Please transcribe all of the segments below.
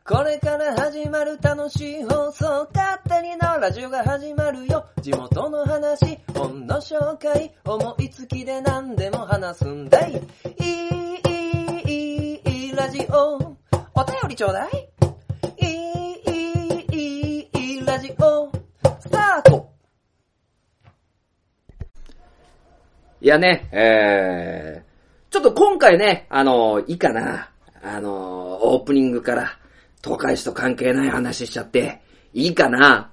これから始まる楽しい放送、勝手にのラジオが始まるよ。地元の話、本の紹介、思いつきで何でも話すんだい。いいラジオ、お便りちょうだい。いいラジオ、スタート。 いやね、ちょっと今回ね、いいかな。オープニングから東海市と関係ない話しちゃって、いいかな。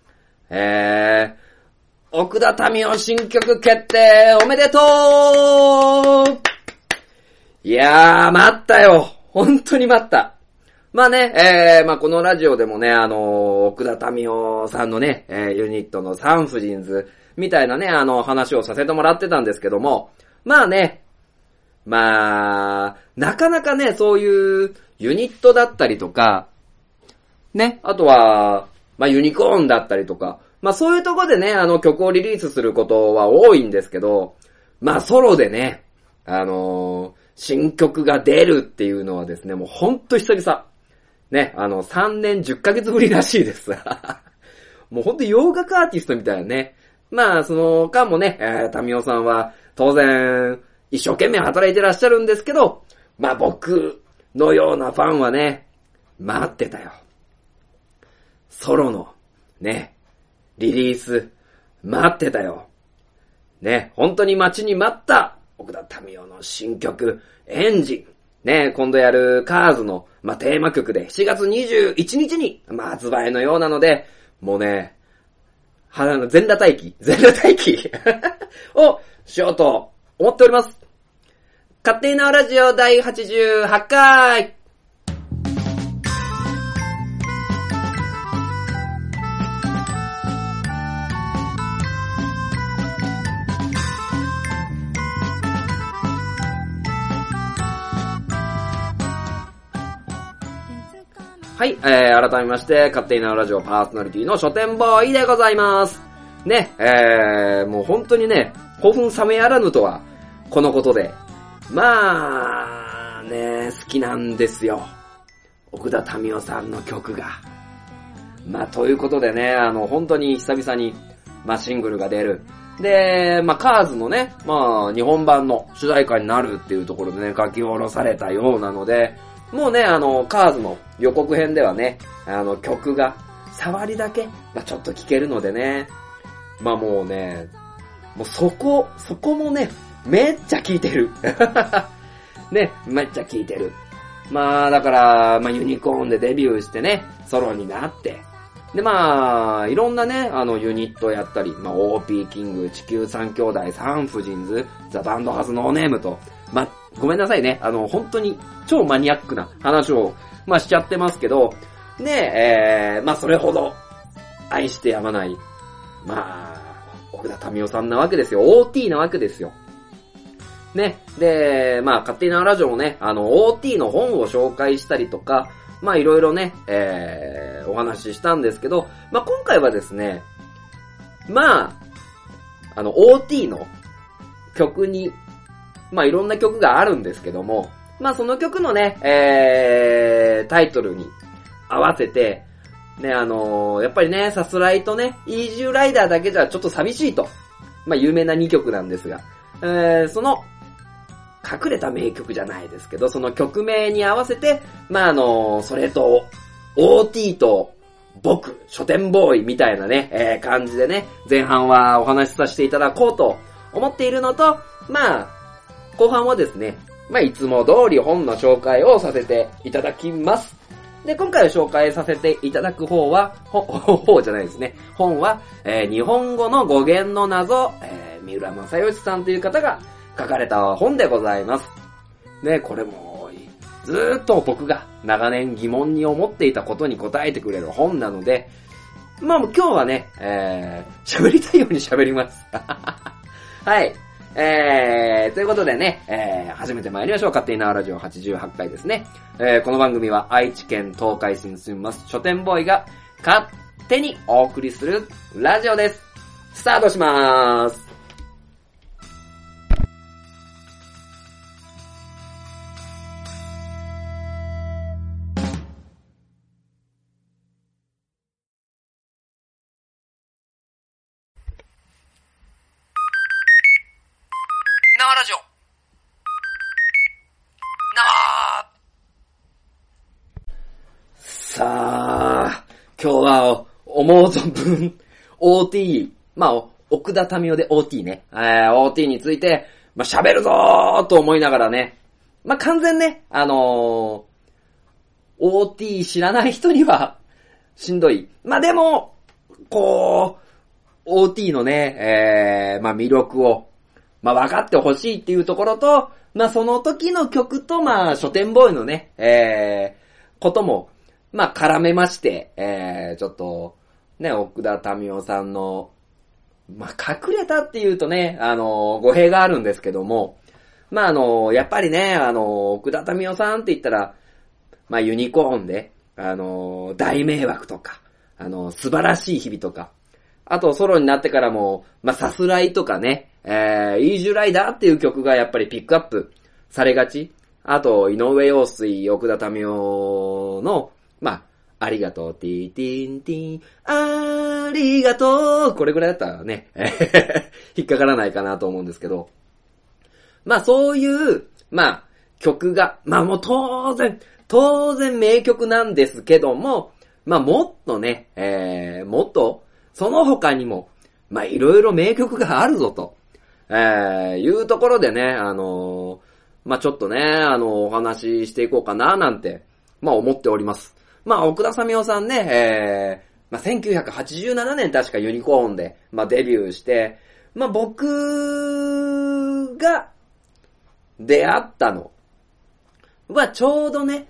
奥田民生新曲決定おめでとう。いやー、待ったよ。本当に待った。まあね、このラジオでもね、奥田民生さんのね、ユニットのサンフジンズみたいなね、話をさせてもらってたんですけども、まあね、なかなかね、そういうユニットだったりとか、ね、あとは、ユニコーンだったりとか、そういうとこでね、曲をリリースすることは多いんですけど、ソロでね、新曲が出るっていうのはですね、もうほんと久々。ね、3年10ヶ月ぶりらしいです。もうほんと洋楽アーティストみたいなね。その間もね、民生さんは当然一生懸命働いてらっしゃるんですけど、僕のようなファンはね、待ってたよ。ソロのね、リリース待ってたよ。ね、本当に待ちに待った奥田民生の新曲エンジン。ね、今度やるカーズの、テーマ曲で7月21日に、発売のようなので、もうね、全裸待機をしようと思っております。勝手にのラジオ第88回。はい、改めまして、勝手にのラジオパーソナリティの書店ボーイでございます。ね、もう本当にね、興奮冷めやらぬとは、このことで。好きなんですよ。奥田民生さんの曲が。ということでね、本当に久々に、シングルが出る。で、カーズのね、日本版の主題歌になるっていうところでね、書き下ろされたようなので、もうね、カーズの予告編ではね、曲が、触りだけ、ちょっと聴けるのでね、もうね、もうそこもね、めっちゃ聴いてる。ね、めっちゃ聴いてる。だから、ユニコーンでデビューしてね、ソロになって、で、いろんなね、ユニットやったり、OP キング、地球三兄弟、サンフジンズ、ザ・バンドハズ・ノーネームと、ごめんなさいね、本当に超マニアックな話を、しちゃってますけど、ね、それほど、愛してやまない、奥田民生さんなわけですよ。OT なわけですよ。ね。で、勝手にのラジオもね、OT の本を紹介したりとか、いろいろね、お話ししたんですけど、今回はですね、OT の曲に、いろんな曲があるんですけども、その曲のね、タイトルに合わせて、ね、やっぱりね、さすらいとね、イージューライダーだけじゃちょっと寂しいと。有名な2曲なんですが、その、隠れた名曲じゃないですけど、その曲名に合わせて、それと、OT と、僕、書店ボーイみたいなね、感じでね、前半はお話しさせていただこうと思っているのと、後半はですね、いつも通り本の紹介をさせていただきます。で、今回紹介させていただく方は、方じゃないですね。本は、日本語の語源の謎、三浦正義さんという方が書かれた本でございます。ね、これも、ずーっと僕が長年疑問に思っていたことに答えてくれる本なので、もう今日はね、喋りたいように喋ります。はい。ということでね、始めて参りましょう。勝手に縄ラジオ88回ですね。この番組は愛知県東海市に住みます書店ボーイが勝手にお送りするラジオです。スタートしまーす。 さあ、今日は思う存分 OT、まあ、奥田民生で OT ね、OT について、まあ、喋るぞーと思いながらね、まあ、完全ね、OT 知らない人にはしんどい。まあ、でも、こう、OT のね、まあ、魅力を、まあ、分かってほしいっていうところと、まあ、その時の曲と、まあ、書店ボーイのね、ことも、まあ、絡めまして、ちょっと、ね、奥田民生さんの、まあ、隠れたっていうとね、語弊があるんですけども、まあ、やっぱりね、奥田民生さんって言ったら、まあ、ユニコーンで、大迷惑とか、素晴らしい日々とか、あと、ソロになってからも、まあ、さすらいとかね、イージュライダーっていう曲がやっぱりピックアップされがち。あと、井上陽水、奥田民生の、まあ、ありがとう、ティーティンティン、ありがとう、これぐらいだったらね、引っかからないかなと思うんですけど、まあ、そういう、まあ、曲が、まあもう当然名曲なんですけども、まあもっとね、もっと、その他にも、まあいろいろ名曲があるぞと、いうところでね、まあちょっとね、お話ししていこうかななんて、まあ思っております。まあ奥田民生さんね、まあ1987年確かユニコーンで、まあデビューして、まあ僕が出会ったのはちょうどね、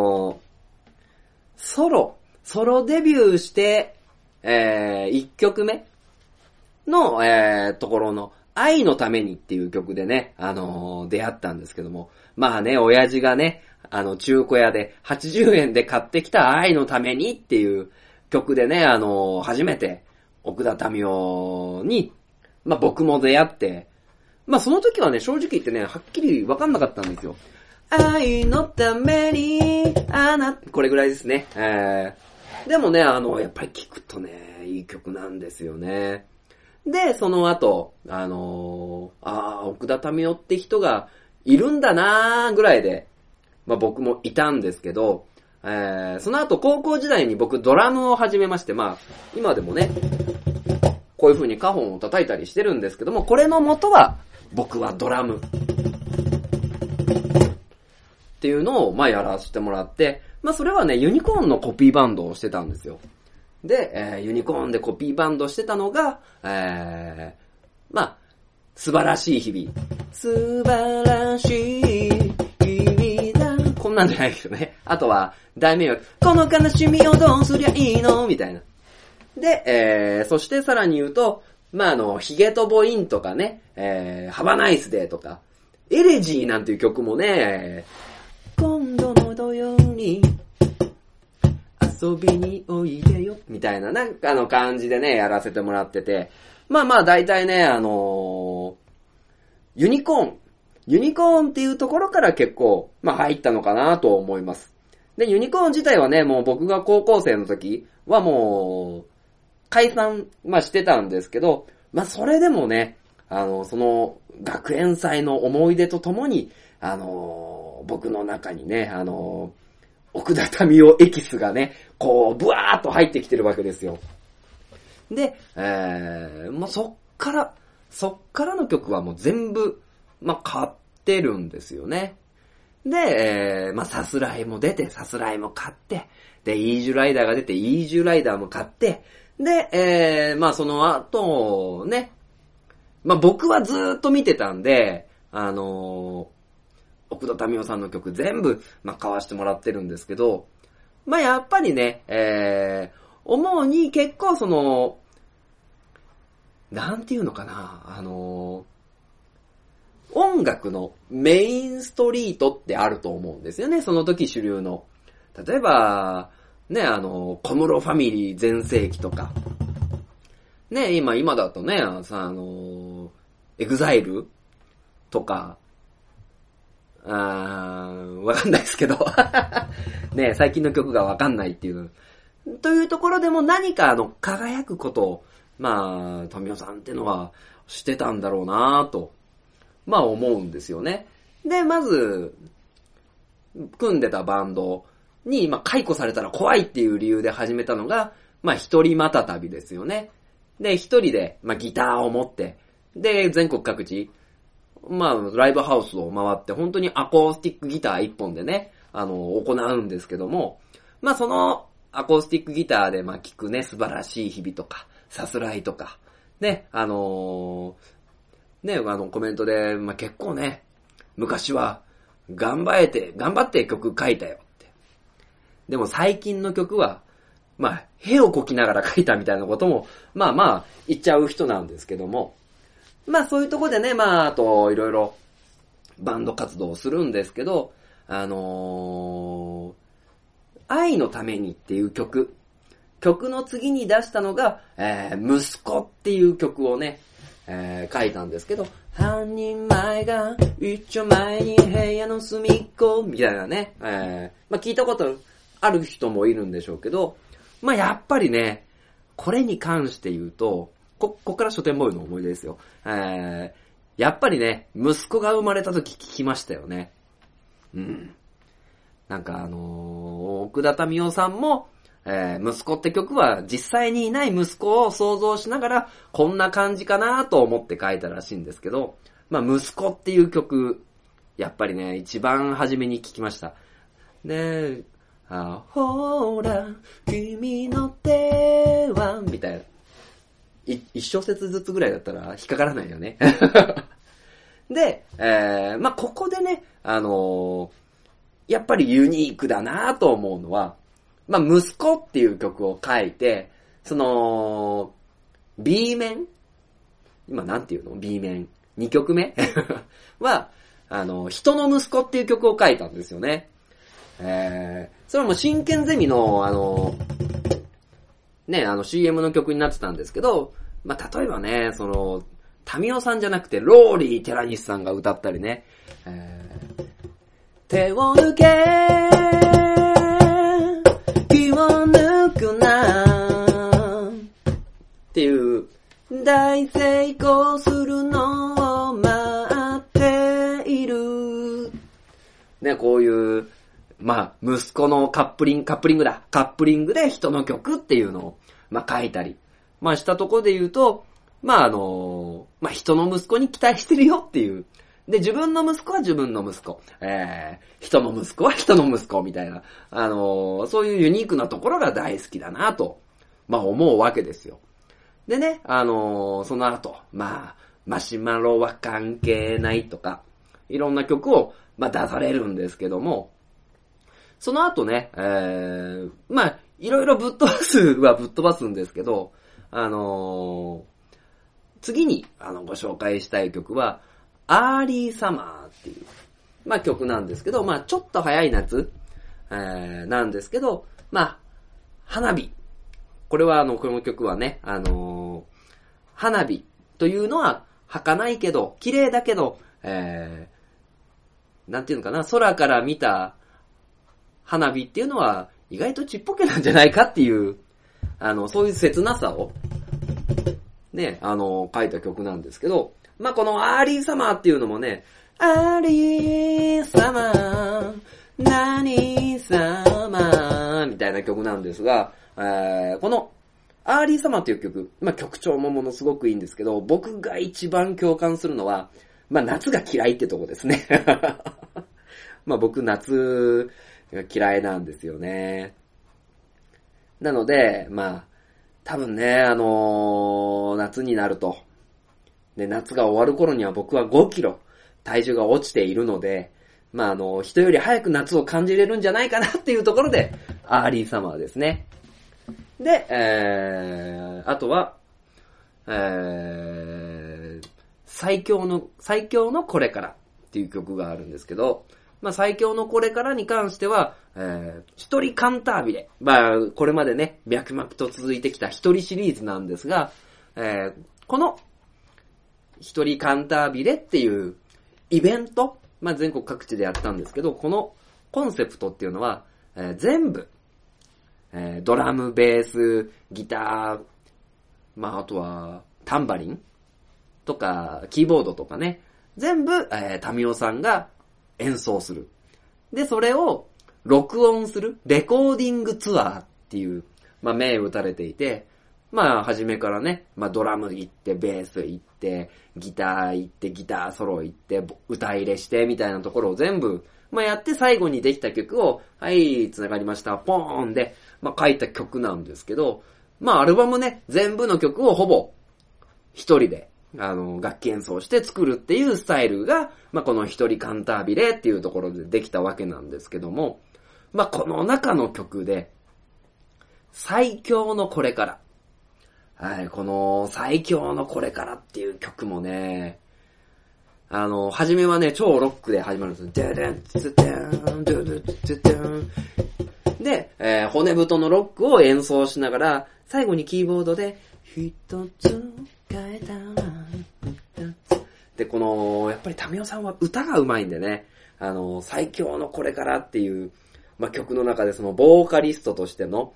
ソロデビューして、1曲目の、ところの愛のためにっていう曲でね、出会ったんですけども、まあね、親父がね、中古屋で80円で買ってきた愛のためにっていう曲でね、初めて奥田民生に、まあ僕も出会って、まあその時はね、正直言ってね、はっきり分かんなかったんですよ。愛のために、これぐらいですね。でもね、やっぱり聞くとね、いい曲なんですよね。で、その後、奥田民生って人がいるんだなーぐらいで、まあ僕もいたんですけど、その後高校時代に僕ドラムを始めまして、まあ今でもね、こういう風にカホンを叩いたりしてるんですけども、これの元は僕はドラムっていうのをまあやらせてもらって、まあそれはね、ユニコーンのコピーバンドをしてたんですよ。で、ユニコーンでコピーバンドしてたのが、まあ、素晴らしい日々。素晴らしい日々だ。こんなんじゃないけどね。あとは、大迷惑。この悲しみをどうすりゃいいのみたいな。で、そしてさらに言うと、まあヒゲとボインとかね、ハバナイスデーとか、エレジーなんていう曲もね、今度の土曜に、遊びにおいでよ、みたいな、なんか感じでね、やらせてもらってて、まあまあ大体ね、ユニコーンっていうところから結構、まあ入ったのかなと思います。で、ユニコーン自体はね、もう僕が高校生の時はもう、解散、まあしてたんですけど、まあそれでもね、その学園祭の思い出とともに、僕の中にね、奥田民生エキスがね、こう、ブワーっと入ってきてるわけですよ。で、もうそっからの曲はもう全部、まあ、買ってるんですよね。で、まあ、さすらいも出て、さすらいも買って、で、イージュライダーが出て、イージュライダーも買って、で、まあ、その後、ね、まあ、僕はずーっと見てたんで、奥田民生さんの曲全部、まあ、買わしてもらってるんですけど、まあ、やっぱりね、思うに結構その、なんていうのかな、音楽のメインストリートってあると思うんですよね、その時主流の。例えば、ね、小室ファミリー全盛期とか、ね、今だとね、エグザイルとか、わかんないですけど。ね、最近の曲がわかんないっていう。というところでも何か輝くことを、まあ、民生さんってのはしてたんだろうなぁと、まあ思うんですよね。で、まず、組んでたバンドに、解雇されたら怖いっていう理由で始めたのが、一人また旅ですよね。で、一人で、ギターを持って、で、全国各地、ライブハウスを回って、本当にアコースティックギター一本でね、行うんですけども、その、アコースティックギターで、聴くね、素晴らしい日々とか、さすらいとか、ね、コメントで、結構ね、昔は、頑張って曲書いたよって。でも最近の曲は、屁をこきながら書いたみたいなことも、言っちゃう人なんですけども、そういうとこでね、あと、いろいろ、バンド活動をするんですけど、愛のためにっていう曲の次に出したのが、息子っていう曲をね、書いたんですけど、半人前が一丁前に部屋の隅っこみたいなね、聞いたことある人もいるんでしょうけど、やっぱりね、これに関して言うと、こっから書店ボーイの思い出ですよ。やっぱりね、息子が生まれた時聞きましたよね。なんか奥田民生さんも、息子って曲は実際にいない息子を想像しながらこんな感じかなと思って書いたらしいんですけど、息子っていう曲、やっぱりね、一番初めに聞きました。ねえ、ほら、君の手は、みたいな。一小節ずつぐらいだったら引っかからないよね。で、ここでね、やっぱりユニークだなと思うのは、息子っていう曲を書いて、その、B 面今なんていうの ?B 面 ?2 曲目は、人の息子っていう曲を書いたんですよね。それはもう真剣ゼミの、CM の曲になってたんですけど、例えばね、タミオさんじゃなくて、ローリー・テラニスさんが歌ったりね、手を抜け、気を抜くなっていう、大成功するのを待っている。ね、こういう、息子のカップリングで人の曲っていうのを、書いたり、したところで言うと、人の息子に期待してるよっていう。で、自分の息子は自分の息子。人の息子は人の息子みたいな。そういうユニークなところが大好きだなと、思うわけですよ。でね、その後、マシュマロは関係ないとか、いろんな曲を、出されるんですけども、その後ね、いろいろぶっ飛ばすんですけど、次に、ご紹介したい曲は、アーリーサマーっていう、曲なんですけど、ちょっと早い夏、なんですけど、花火。これはこの曲はね、花火というのは、儚いけど、綺麗だけど、なんていうのかな、空から見た花火っていうのは、意外とちっぽけなんじゃないかっていう、そういう切なさを、ね、書いた曲なんですけど、このアーリーサマーっていうのもね、アーリーサマー、何サマーみたいな曲なんですが、このアーリーサマーっていう曲、曲調もものすごくいいんですけど、僕が一番共感するのは、夏が嫌いってとこですね。僕夏が嫌いなんですよね。なので、多分ね、夏になると、で、夏が終わる頃には僕は5キロ体重が落ちているので、人より早く夏を感じれるんじゃないかなっていうところで、アーリーサマーですね。で、あとは、最強のこれからっていう曲があるんですけど、最強のこれからに関しては、一人カンタービレ。これまでね、脈々と続いてきた一人シリーズなんですが、この一人カンタービレっていうイベント、全国各地でやったんですけど、このコンセプトっていうのは、全部、ドラム、ベース、ギター、あとはタンバリンとか、キーボードとかね、全部、タミオさんが演奏する。で、それを、 録音するレコーディングツアーっていう、まあ、銘打たれていて、まあ、初めからね、まあ、ドラム行って、ベース行って、ギター行って、ギターソロ行って、歌入れして、みたいなところを全部、まあ、やって最後にできた曲を、はい、繋がりました、ポーンで、まあ、書いた曲なんですけど、まあ、アルバムね、全部の曲をほぼ、一人で、楽器演奏して作るっていうスタイルが、まあ、この一人カンタービレっていうところでできたわけなんですけども、まあ、この中の曲で、最強のこれから。はい、この最強のこれからっていう曲もね、初めはね、超ロックで始まるんですよ。デデンツデンデデデデンで、骨太のロックを演奏しながら、最後にキーボードで、一つ変えたら、で、この、やっぱりタミオさんは歌が上手いんでね、最強のこれからっていう、まあ、曲の中でそのボーカリストとしての、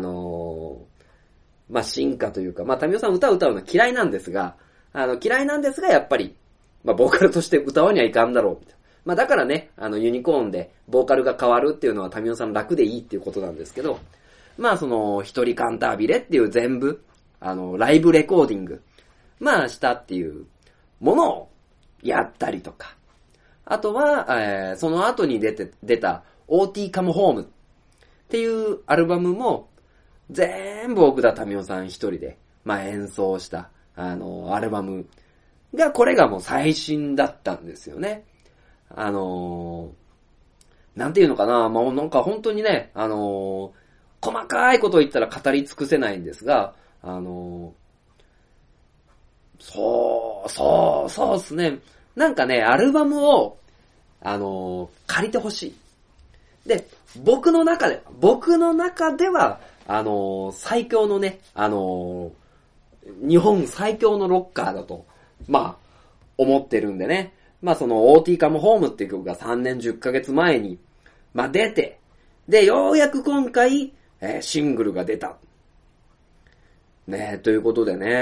まあ、進化というか、まあ、タミオさん歌を歌うの嫌いなんですが、嫌いなんですが、やっぱり、まあ、ボーカルとして歌わにはいかんだろう、みたいな。まあ、だからね、ユニコーンでボーカルが変わるっていうのはタミオさん楽でいいっていうことなんですけど、まあ、その、一人カンタービレっていう全部、ライブレコーディング、まあ、したっていうものをやったりとか、あとは、その後に出た OT Come Home っていうアルバムも、全部奥田民生さん一人で、まあ、演奏した、アルバムが、これがもう最新だったんですよね。なんていうのかな、まあ、なんか本当にね、細かいことを言ったら語り尽くせないんですが、そうですね。なんかね、アルバムを、借りてほしい。で、僕の中では、最強のね、日本最強のロッカーだと、まあ、思ってるんでね。まあ、その OT Come Home っていう曲が3年10ヶ月前に、まあ、出て、で、ようやく今回、シングルが出た。ね、ということでね、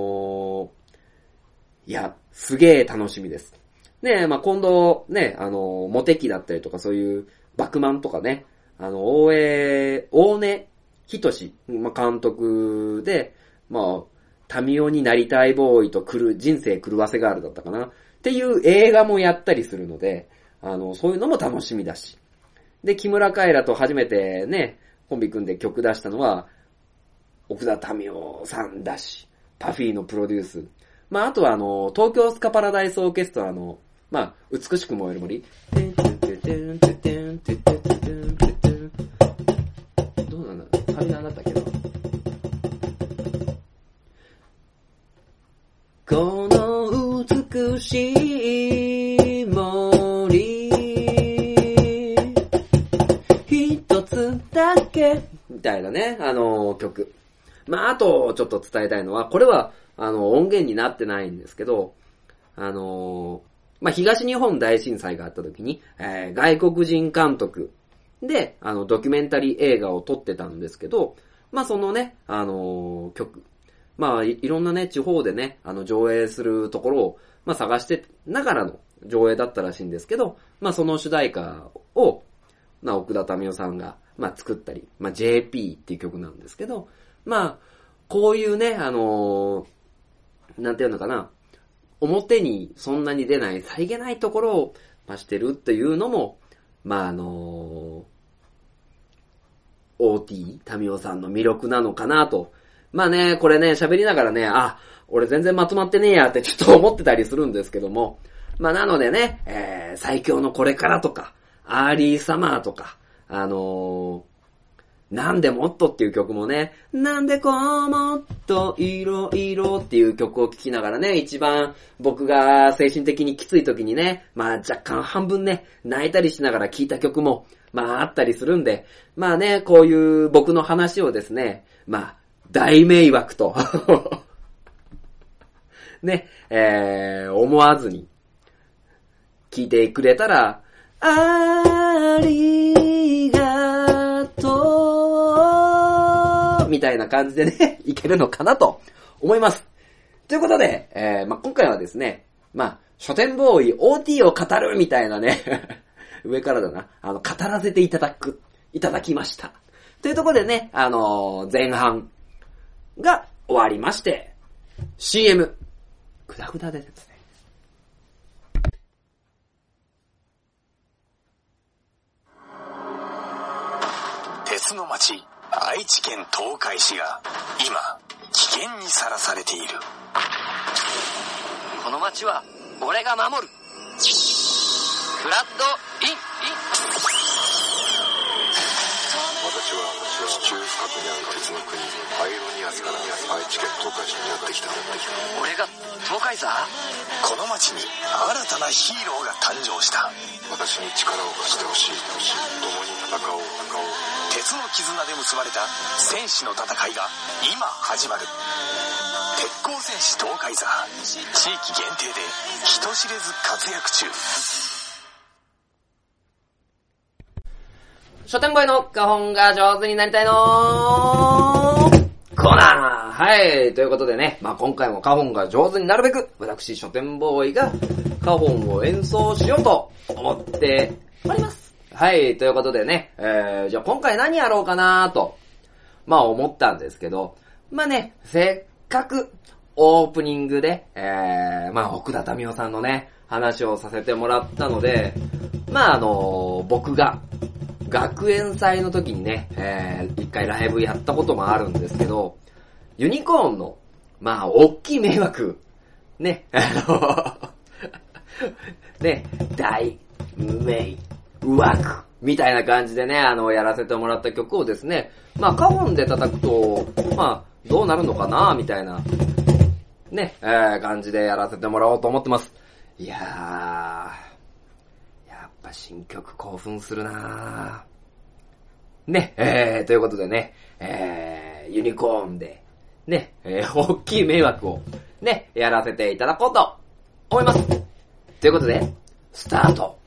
いや、すげえ楽しみです。ね、まあ、今度、ね、モテキだったりとか、そういう、バクマンとかね、大根仁志、まあ、監督で、まあ、タミオになりたいボーイと人生狂わせガールだったかなっていう映画もやったりするので、そういうのも楽しみだし。で、木村カエラと初めてね、コンビ組んで曲出したのは、奥田民生さんだし、パフィーのプロデュース。まあ、あとは東京スカパラダイスオーケストラの、まあ、美しく燃える森。どうなんだサビなんだったっけな。この美しい森一つだけみたいなね、曲。まあ、あとちょっと伝えたいのは、これは音源になってないんですけど、まあ、東日本大震災があった時に、外国人監督で、ドキュメンタリー映画を撮ってたんですけど、まあ、そのね、曲、まあ、いろんなね、地方でね、上映するところを、まあ、探してながらの上映だったらしいんですけど、まあ、その主題歌を、まあ、奥田民生さんが、まあ、作ったり、まあ、JP っていう曲なんですけど、まあ、こういうね、なんていうのかな、表にそんなに出ない、さりげないところを、まあ、してるっていうのも、まあ、OT 民生さんの魅力なのかなと。まあね、これね、喋りながらね、俺全然まとまってねえやってちょっと思ってたりするんですけども、まあなのでね、最強のこれからとか、アーリーサマーとか、なんでもっとっていう曲もね、なんでこうもっといろいろっていう曲を聴きながらね、一番僕が精神的にきつい時にね、まあ若干半分ね、泣いたりしながら聴いた曲も、まああったりするんで、まあね、こういう僕の話をですね、まあ大迷惑と、ね、思わずに聴いてくれたら、ありがとうみたいな感じでね、いけるのかなと思います。ということで、まあ、今回はですね、まあ、書店ボーイ OT を語るみたいなね、 上からだな。語らせていただきました。というところでね、前半が終わりまして、CM、グダグダでですね。 鉄の町、愛知県東海市が今、危険にさらされている。 この町は俺が守る。フラッドイン。 私は地中深くにある鉄の国パイロニアスから愛知県東海市にやってきた。 俺が東海座？ この町に新たなヒーローが誕生した。私に力を貸してほしい。共に戦おう。鉄の絆で結ばれた戦士の戦いが今始まる。鉄鋼戦士東海座、地域限定で人知れず活躍中。 書店ボーイの花本が上手になりたいのコーナー。はい。ということでね、今回も花本が上手になるべく、私書店ボーイが花本を演奏しようと思っております。はい。ということでね、じゃあ今回何やろうかなと、思ったんですけど、せっかくオープニングで、奥田民生さんのね、話をさせてもらったので、僕が、学園祭の時にね、一回ライブやったこともあるんですけど、ユニコーンの、大きい迷惑、ね、ね、大迷惑、みたいな感じでね、やらせてもらった曲をですね、花本で叩くと、どうなるのかな、みたいな、ね、感じでやらせてもらおうと思ってます。いやー、やっぱ新曲興奮するなぁ。ね、ということでね、ユニコーンで、ね、大きい迷惑を、ね、やらせていただこうと思います。ということで、スタート。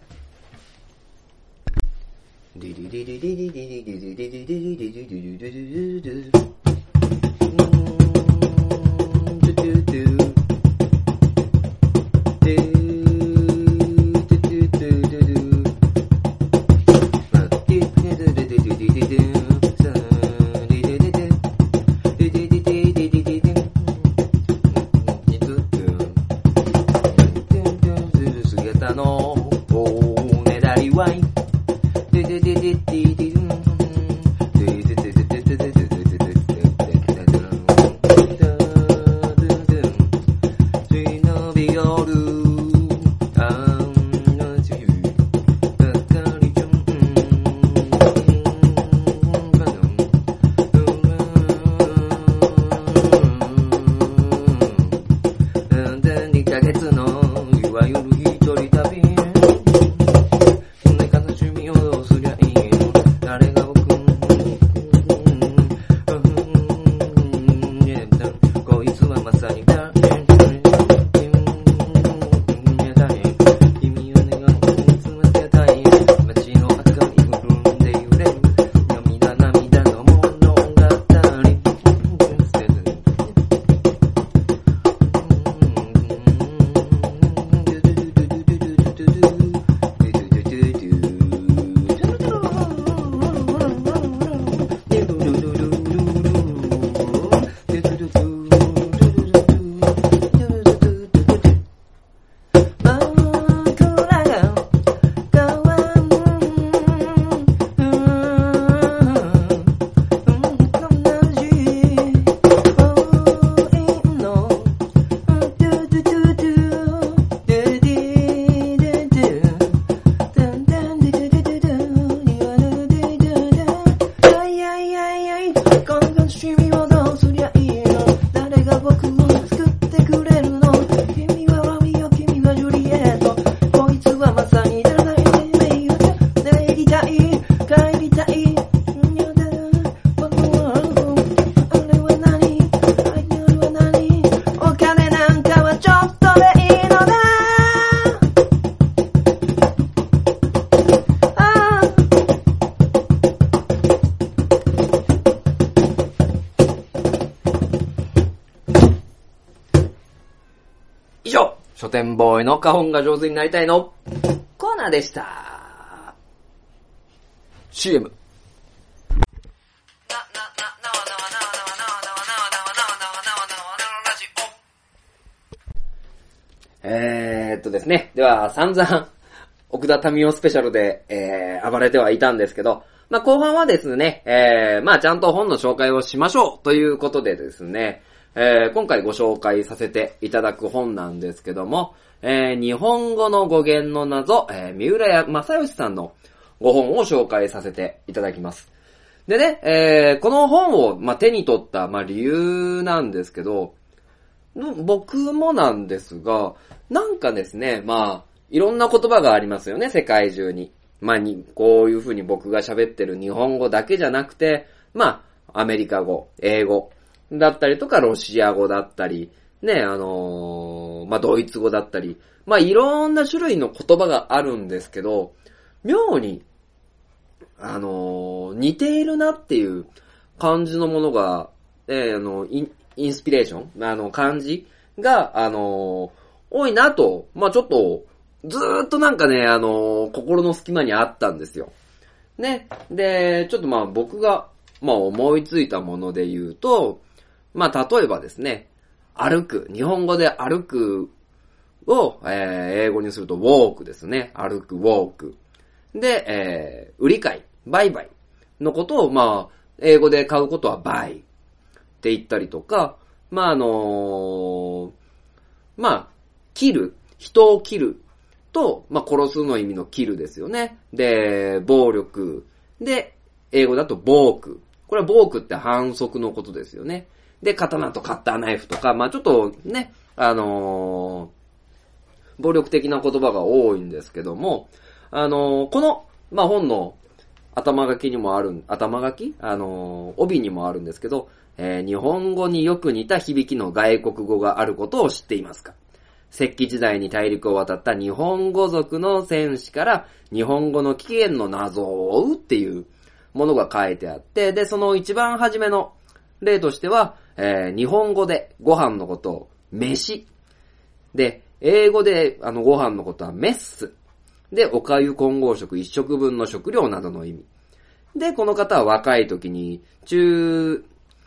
書店ボーイの花本が上手になりたいのコーナーでした。 CM。ですね。では、散々、奥田民生スペシャルで、暴れてはいたんですけど、まあ、後半はですね、まあ、ちゃんと本の紹介をしましょうということでですね、今回ご紹介させていただく本なんですけども、日本語の語源の謎、三浦正義さんのご本を紹介させていただきます。でね、この本を、まあ、手に取った、まあ、理由なんですけど、僕もなんですが、なんかですね、まあ、いろんな言葉がありますよね、世界中に。まあ、こういう風に僕が喋ってる日本語だけじゃなくて、まあ、アメリカ語、英語だったりとか、ロシア語だったり、ね、まあ、ドイツ語だったり、まあ、いろんな種類の言葉があるんですけど、妙に、似ているなっていう感じのものが、インスピレーション感じが、多いなと、まあ、ちょっと、ずーっとなんかね、心の隙間にあったんですよ。ね。で、ちょっとまあ僕が、まあ思いついたもので言うと、まあ例えばですね、歩く。日本語で歩くを、英語にするとウォークですね。歩く、ウォーク。で、売り買い、売買のことを、まあ、英語で買うことはバイって言ったりとか、まあまあ、切る、人を切ると、まあ、殺すの意味の切るですよね。で、暴力。で、英語だと暴ク。これは暴クって反則のことですよね。で、刀とカッターナイフとか、まあ、ちょっとね、暴力的な言葉が多いんですけども、この、まあ、本の頭書きにもある、頭書き帯にもあるんですけど、日本語によく似た響きの外国語があることを知っていますか？石器時代に大陸を渡った日本語族の戦士から日本語の起源の謎を追うっていうものが書いてあって、で、その一番初めの例としては、日本語でご飯のことを飯。で、英語でご飯のことはメッス。で、おかゆ混合食一食分の食料などの意味。で、この方は若い時に駐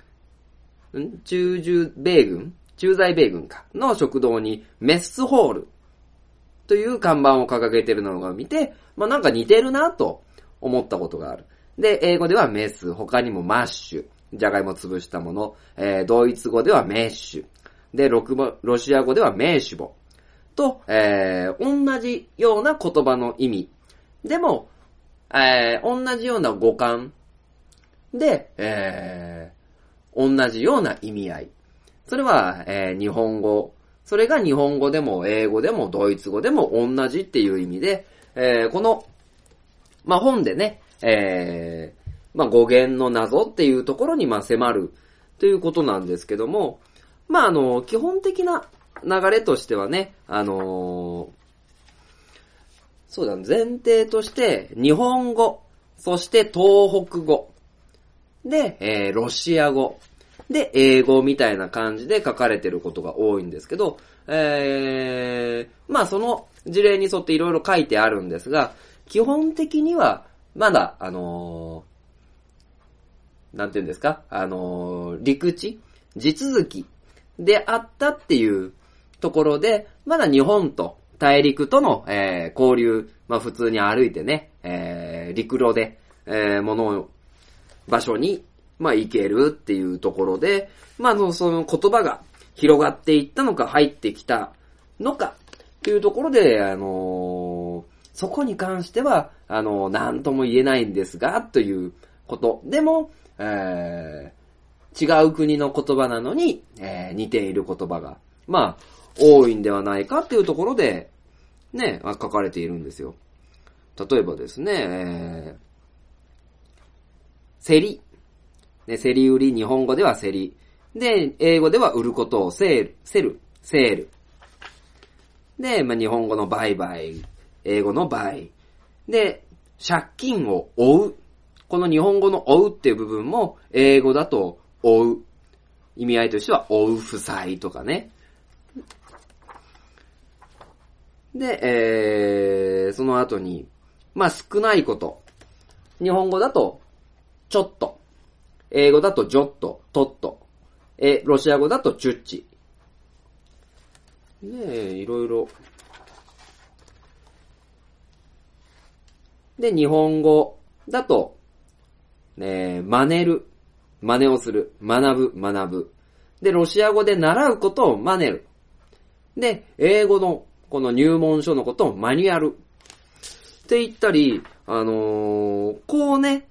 在米軍かの食堂にメッスホールという看板を掲げているのを見て、まあなんか似てるなと思ったことがある。で、英語ではメス、他にもマッシュ、じゃがいも潰したもの、ドイツ語ではメッシュ、で、ロシア語ではメーシュボと、同じような言葉の意味。でも、同じような語感で、同じような意味合い。それは、日本語。それが日本語でも英語でもドイツ語でも同じっていう意味で、この、まあ、本でね、まあ、語源の謎っていうところにまあ迫るということなんですけども、まあ、基本的な流れとしてはね、そうだ、前提として、日本語、そして東北語、で、ロシア語、で、英語みたいな感じで書かれてることが多いんですけど、まあその事例に沿っていろいろ書いてあるんですが、基本的には、まだ、なんていうんですか、陸地、地続きであったっていうところで、まだ日本と大陸との、交流、まあ普通に歩いてね、陸路で、場所に、まあ行けるっていうところで、まあその言葉が広がっていったのか入ってきたのかっていうところで、そこに関しては、なんとも言えないんですが、ということ。でも、違う国の言葉なのに、似ている言葉が、まあ、多いんではないかっていうところで、ね、書かれているんですよ。例えばですね、競り。ね、競り売り、日本語では競り。で、英語では売ることをセール。で、まあ、日本語の売買、英語の売。で、借金を負う。この日本語の負うっていう部分も、英語だと負う。意味合いとしては、負う負債とかね。で、その後に、まあ、少ないこと。 日本語だと、ちょっと。英語だと、ジョット、トット。ロシア語だと、チュッチ。ねえ、いろいろ。で、日本語だと、真似る。真似をする。学ぶ。で、ロシア語で習うことをマネル。で、英語のこの入門書のことをマニュアル。って言ったり、こうね、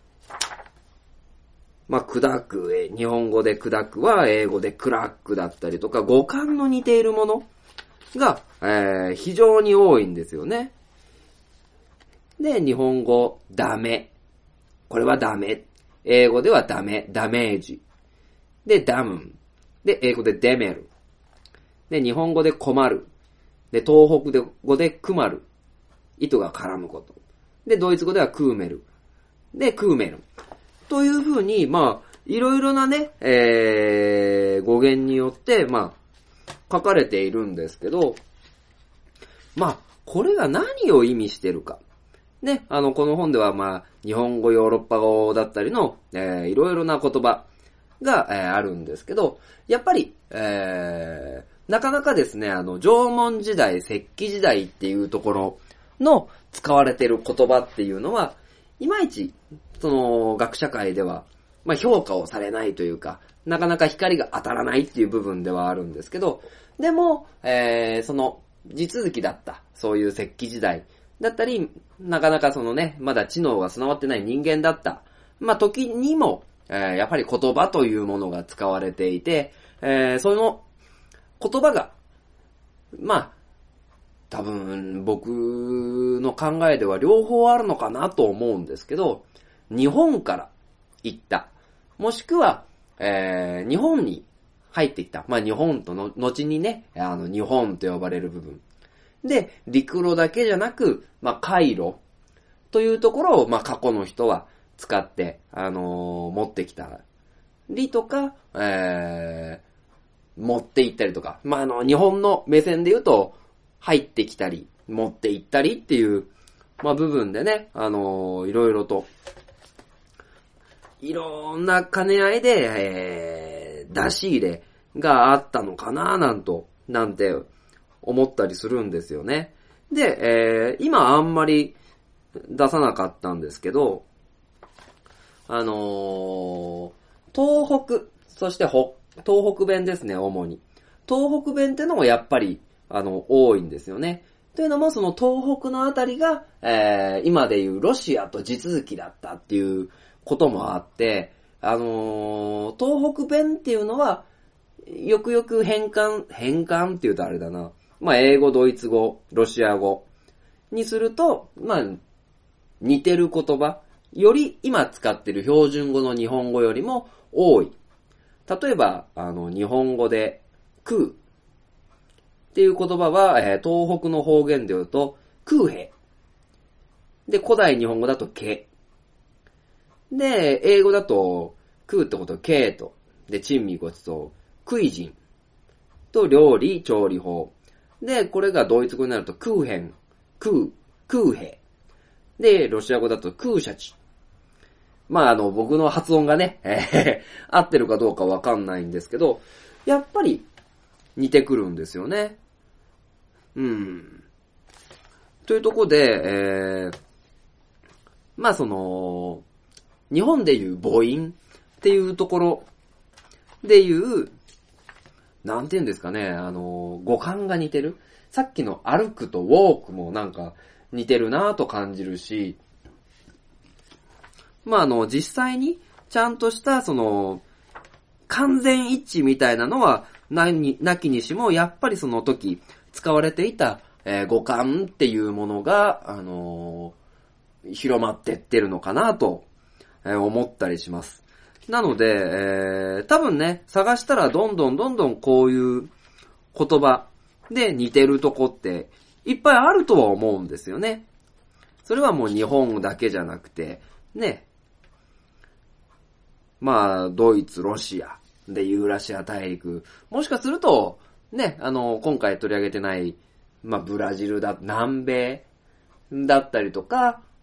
砕く、日本語で砕くは英語でクラックだったりとか、語感の似ているものが、非常に多いんですよね。で、日本語、ダメ。これはダメ。英語ではダメ、ダメージ。で、ダムン。で、英語でデメル。で、日本語で困る。で、東北語でクマル。糸が絡むこと。で、ドイツ語ではクーメル。で、クーメル。というふうに、いろいろなね、語源によって、書かれているんですけど、これが何を意味してるか。ね、この本では日本語、ヨーロッパ語だったりの、いろいろな言葉が、あるんですけど、やっぱり、なかなかですね、縄文時代、石器時代っていうところの使われている言葉っていうのは、いまいち、学者界では、評価をされないというか、なかなか光が当たらないっていう部分ではあるんですけど、でも、地続きだった、そういう石器時代だったり、なかなかまだ知能が備わってない人間だった、時にも、やっぱり言葉というものが使われていて、その言葉が、多分僕の考えでは両方あるのかなと思うんですけど、日本から行った。もしくは、日本に入ってきた。日本との、後にね、日本と呼ばれる部分。で、陸路だけじゃなく、海路というところを、過去の人は使って、持ってきたりとか、持って行ったりとか。日本の目線で言うと、入ってきたり、持って行ったりっていう、部分でね、いろいろと、いろんな兼ね合いで、出し入れがあったのかななんて思ったりするんですよね。で、今あんまり出さなかったんですけど、東北、そして東北弁ですね、主に。東北弁ってのもやっぱり、多いんですよね。というのも、その東北のあたりが、今でいうロシアと地続きだったっていうこともあって、東北弁っていうのは、よくよく変換って言うとあれだな。英語、ドイツ語、ロシア語にすると、似てる言葉、より今使ってる標準語の日本語よりも多い。例えば、日本語で、空っていう言葉は、東北の方言で言うと、空兵。で、古代日本語だと、け。で、英語だと、空ってことは、けと。で、珍味ごちそう。クイジン。と、料理、調理法。で、これがドイツ語になると、クーヘン。空兵。で、ロシア語だと、クーシャチ。僕の発音がね、合ってるかどうかわかんないんですけど、やっぱり似てくるんですよね。というところで、日本でいう母音っていうところでいう、なんて言うんですかね、語感が似てる。さっきの歩くとウォークもなんか似てるなぁと感じるし、実際にちゃんとした完全一致みたいなのはなきにしも、やっぱりその時使われていた、語感っていうものが、広まってってるのかなと、思ったりします。なので、多分ね、探したらどんどんこういう言葉で似てるとこっていっぱいあるとは思うんですよね。それはもう日本だけじゃなくて、ね、ドイツ、ロシアでユーラシア大陸、もしかすると、ね、今回取り上げてない、ブラジル南米だったりとか、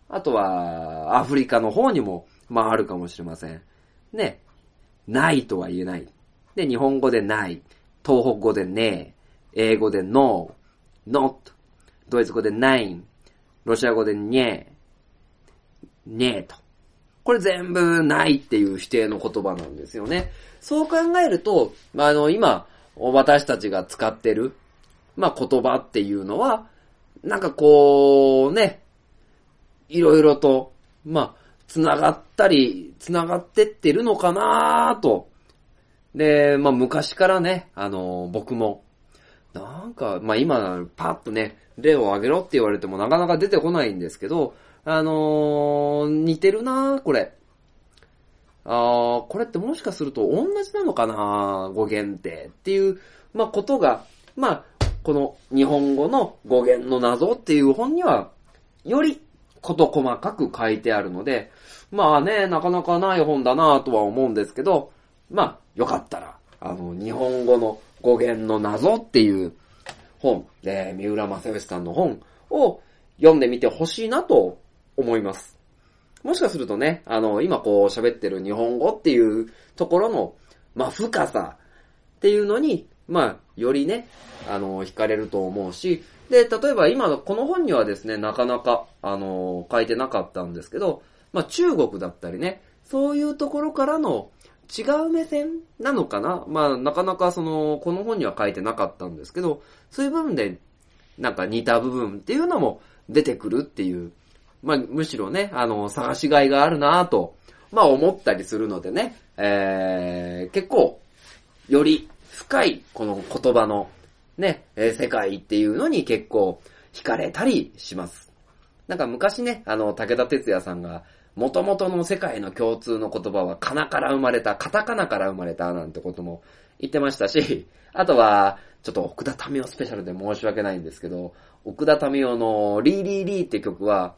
あとは、アフリカの方にも、あるかもしれません。ね。ないとは言えない。で、日本語でない。東北語でねえ。英語で no。not。ドイツ語で nein。ロシア語でにえ。ねえと。これ全部ないっていう否定の言葉なんですよね。そう考えると、今、私たちが使ってる、言葉っていうのは、なんかこう、ね、いろいろと、繋がってってるのかなと。で、昔からね、僕も、なんか、今、パッとね、例を挙げろって言われてもなかなか出てこないんですけど、似てるなこれ。これってもしかすると同じなのかな語源ってっていう、ことが、この日本語の語源の謎っていう本には、より事細かく書いてあるので、なかなかない本だなとは思うんですけど、よかったら、日本語の語源の謎っていう本、三浦正義さんの本を読んでみてほしいなと思います。もしかするとね、今こう喋ってる日本語っていうところの、深さっていうのに、よりね、惹かれると思うし、で、例えば今のこの本にはですね、なかなか、書いてなかったんですけど、中国だったりね、そういうところからの違う目線なのかななかなかこの本には書いてなかったんですけど、そういう部分で、なんか似た部分っていうのも出てくるっていう、むしろね、探しがいがあるなぁと、思ったりするのでね、結構、より深いこの言葉のね、世界っていうのに結構惹かれたりします。なんか昔ね、武田鉄矢さんが、元々の世界の共通の言葉はカタカナから生まれたなんてことも言ってましたし、あとは、ちょっと奥田民生スペシャルで申し訳ないんですけど、奥田民生のリーリーリーって曲は、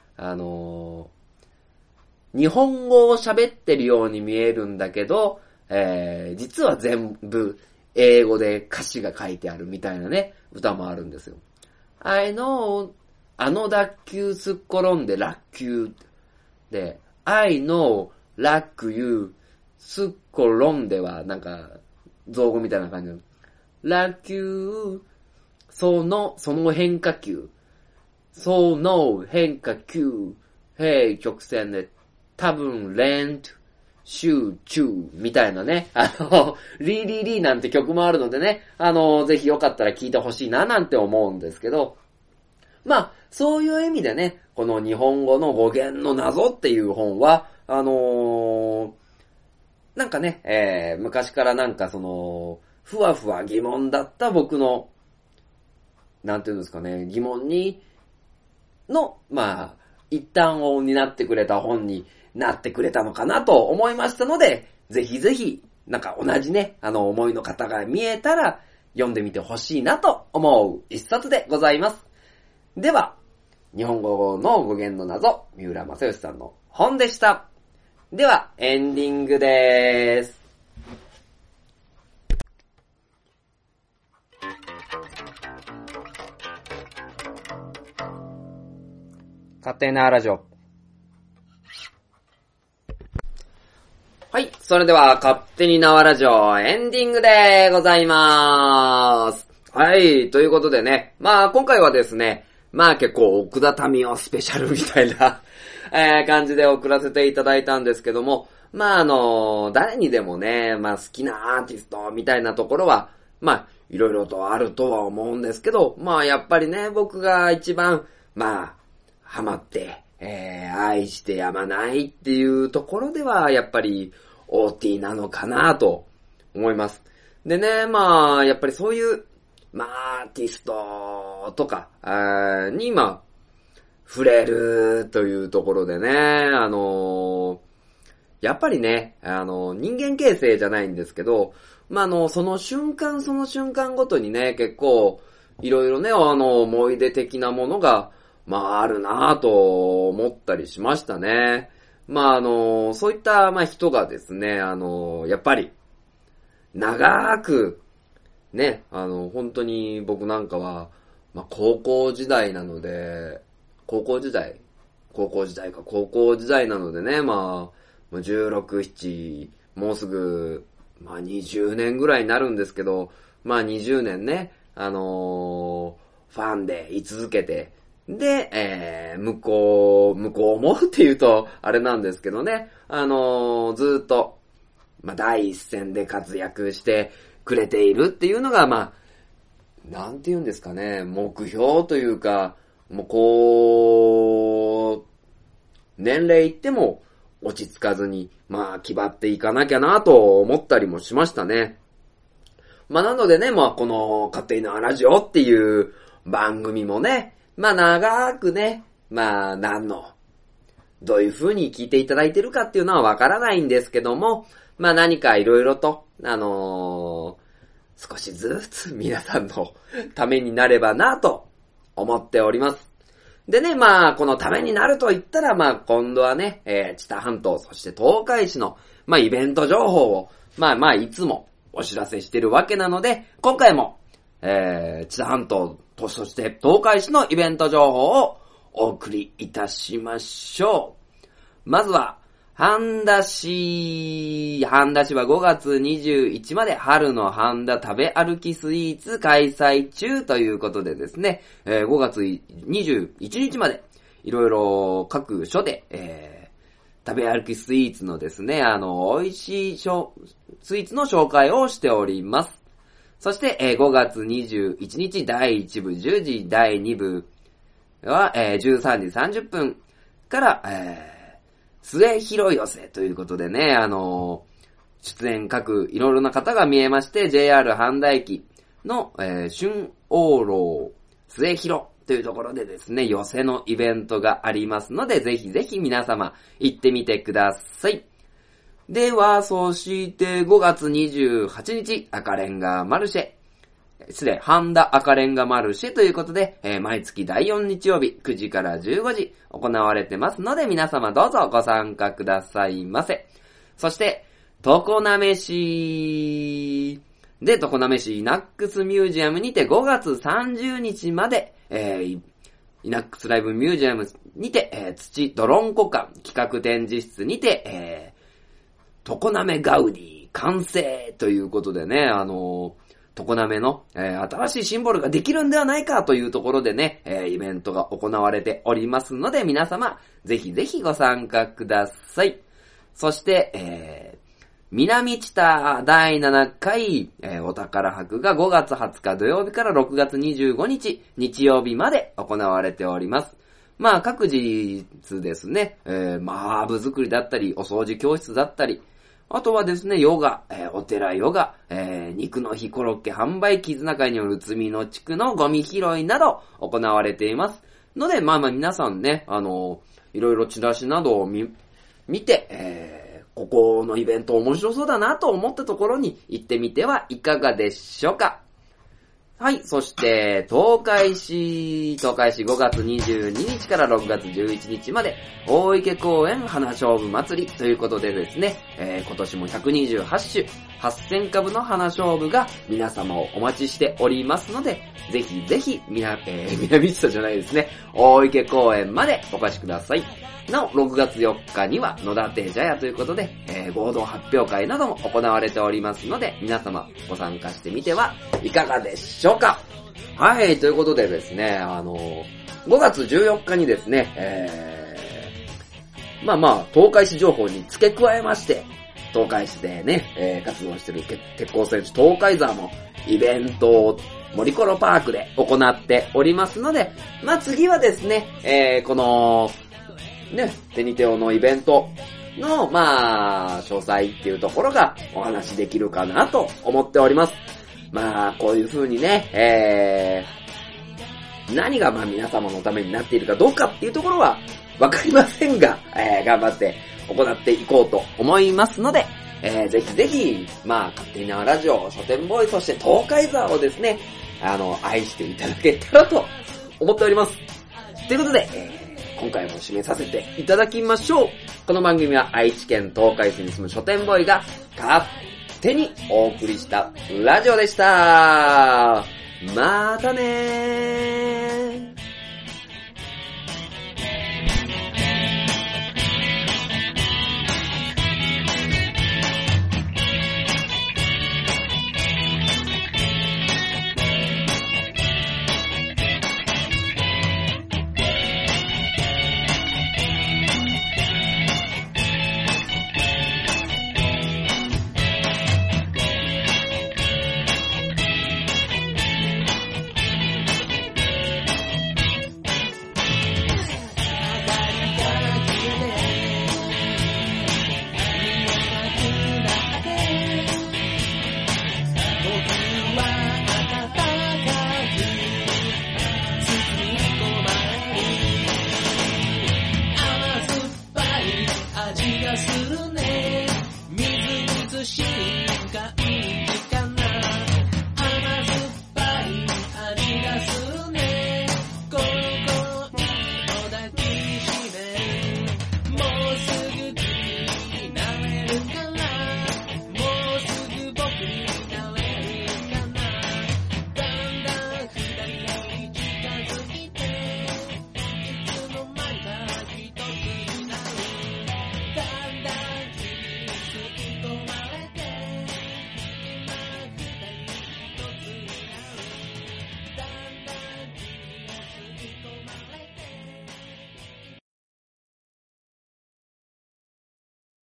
日本語を喋ってるように見えるんだけど、実は全部英語で歌詞が書いてあるみたいなね、歌もあるんですよ。I know 脱臼すっ転んで落臼で、I know 落 you すっ転んではなんか造語みたいな感じの落臼その変化球その変化球平曲線で多分レント集中みたいなね、リーリーリーなんて曲もあるのでね、ぜひよかったら聴いてほしいななんて思うんですけど、そういう意味でね、この日本語の語源の謎っていう本は、なんかね、昔からなんかふわふわ疑問だった僕の、なんていうんですかね、疑問の、一端を担ってくれた本になってくれたのかなと思いましたので、ぜひぜひ、なんか同じね、思いの方が見えたら、読んでみてほしいなと思う一冊でございます。では、日本語の語源の謎、三浦正義さんの本でした。では、エンディングでーす。勝手なラジオ。はい、それでは、勝手に縄ラジオ、エンディングでございまーす。はい、ということでね、今回はですね、結構奥田民生スペシャルみたいな感じで送らせていただいたんですけども、誰にでもね、好きなアーティストみたいなところは、いろいろとあるとは思うんですけど、やっぱりね、僕が一番、ハマって、愛してやまないっていうところでは、やっぱり、OT なのかなと思います。でね、やっぱりそういう、アーティストとか、に触れるというところでね、やっぱりね、人間形成じゃないんですけど、その瞬間ごとにね、結構、いろいろね、思い出的なものが、あるなぁと思ったりしましたね。そういった、人がですね、やっぱり、長く、ね、本当に僕なんかは、高校時代なので、高校高校時代なのでね、まあ、16、7、もうすぐ、まあ20年ぐらいになるんですけど、まあ20年ね、ファンで居続けて、で、向こうもって言うと、あれなんですけどね、ずっと、まあ第一線で活躍してくれているっていうのが、まあ、なんて言うんですかね、目標というか、もうこう、年齢いっても落ち着かずに、まあ、気張っていかなきゃなと思ったりもしましたね。まあ、なのでね、まあ、この、勝手になラジオっていう番組もね、まあ、長くね、まあ、どういう風に聞いていただいてるかっていうのはわからないんですけども、まあ、何かいろいろと、少しずつ皆さんのためになればなと思っております。でね、まあ、このためになると言ったら、まあ、今度はね、知多半島、そして東海市の、まあ、イベント情報を、まあ、いつもお知らせしてるわけなので、今回も、知多半島と、そして東海市のイベント情報をお送りいたしましょう。まずは、半田市は5月21まで春の半田食べ歩きスイーツ開催中ということでですね、5月21日までいろいろ各所で、食べ歩きスイーツのですね、美味しいスイーツの紹介をしております。そして、5月21日第1部10時、第2部は、13時30分から、末広寄せということでね、出演各いろいろな方が見えまして、JR 半田駅の、春王楼末広というところでですね、寄せのイベントがありますので、ぜひぜひ皆様行ってみてください。では、そして5月28日、赤レンガマルシェ。半田赤レンガマルシェということで、毎月第4日曜日9時から15時行われてますので、皆様どうぞご参加くださいませ。そして、常滑市で、常滑市イナックスミュージアムにて5月30日まで、イナックスライブミュージアムにて、土ドロンコ館企画展示室にて、常滑ガウディ完成ということでね、常滑の、新しいシンボルができるんではないかというところでね、イベントが行われておりますので、皆様、ぜひぜひご参加ください。そして、南知多第7回、お宝博が5月20日土曜日から6月25日日曜日まで行われております。まあ、各日ですね、ハーブ作りだったり、お掃除教室だったり、あとはですね、ヨガ、お寺ヨガ、肉の日コロッケ販売、絆会による積みの地区のゴミ拾いなど行われています。ので、皆さんね、いろいろチラシなどを見て、ここのイベント面白そうだなと思ったところに行ってみてはいかがでしょうか。はい、そして、東海市5月22日から6月11日まで、大池公園花勝負祭りということでですね、今年も128種、8000株の花勝負が皆様をお待ちしておりますので、ぜひぜひ、南知多じゃないですね、大池公園までお越しください。なお、6月4日には野立茶屋ということで、合同発表会なども行われておりますので、皆様ご参加してみてはいかがでしょうか。はい、ということでですね、5月14日にですね、東海市情報に付け加えまして、東海市でね、活動している鉄鋼選手東海沢もイベントを森コロパークで行っておりますので、次はですね、この、テニテオのイベントの、詳細っていうところがお話できるかなと思っております。こういう風にね、何が皆様のためになっているかどうかっていうところはわかりませんが、頑張って行っていこうと思いますので、ぜひぜひ、勝手にラジオ、書店ボーイ、そして東海沢をですね、愛していただけたらと思っております。ということで、今回も締めさせていただきましょう。この番組は愛知県東海市に住む書店ボーイが勝手にお送りしたラジオでした。またねー。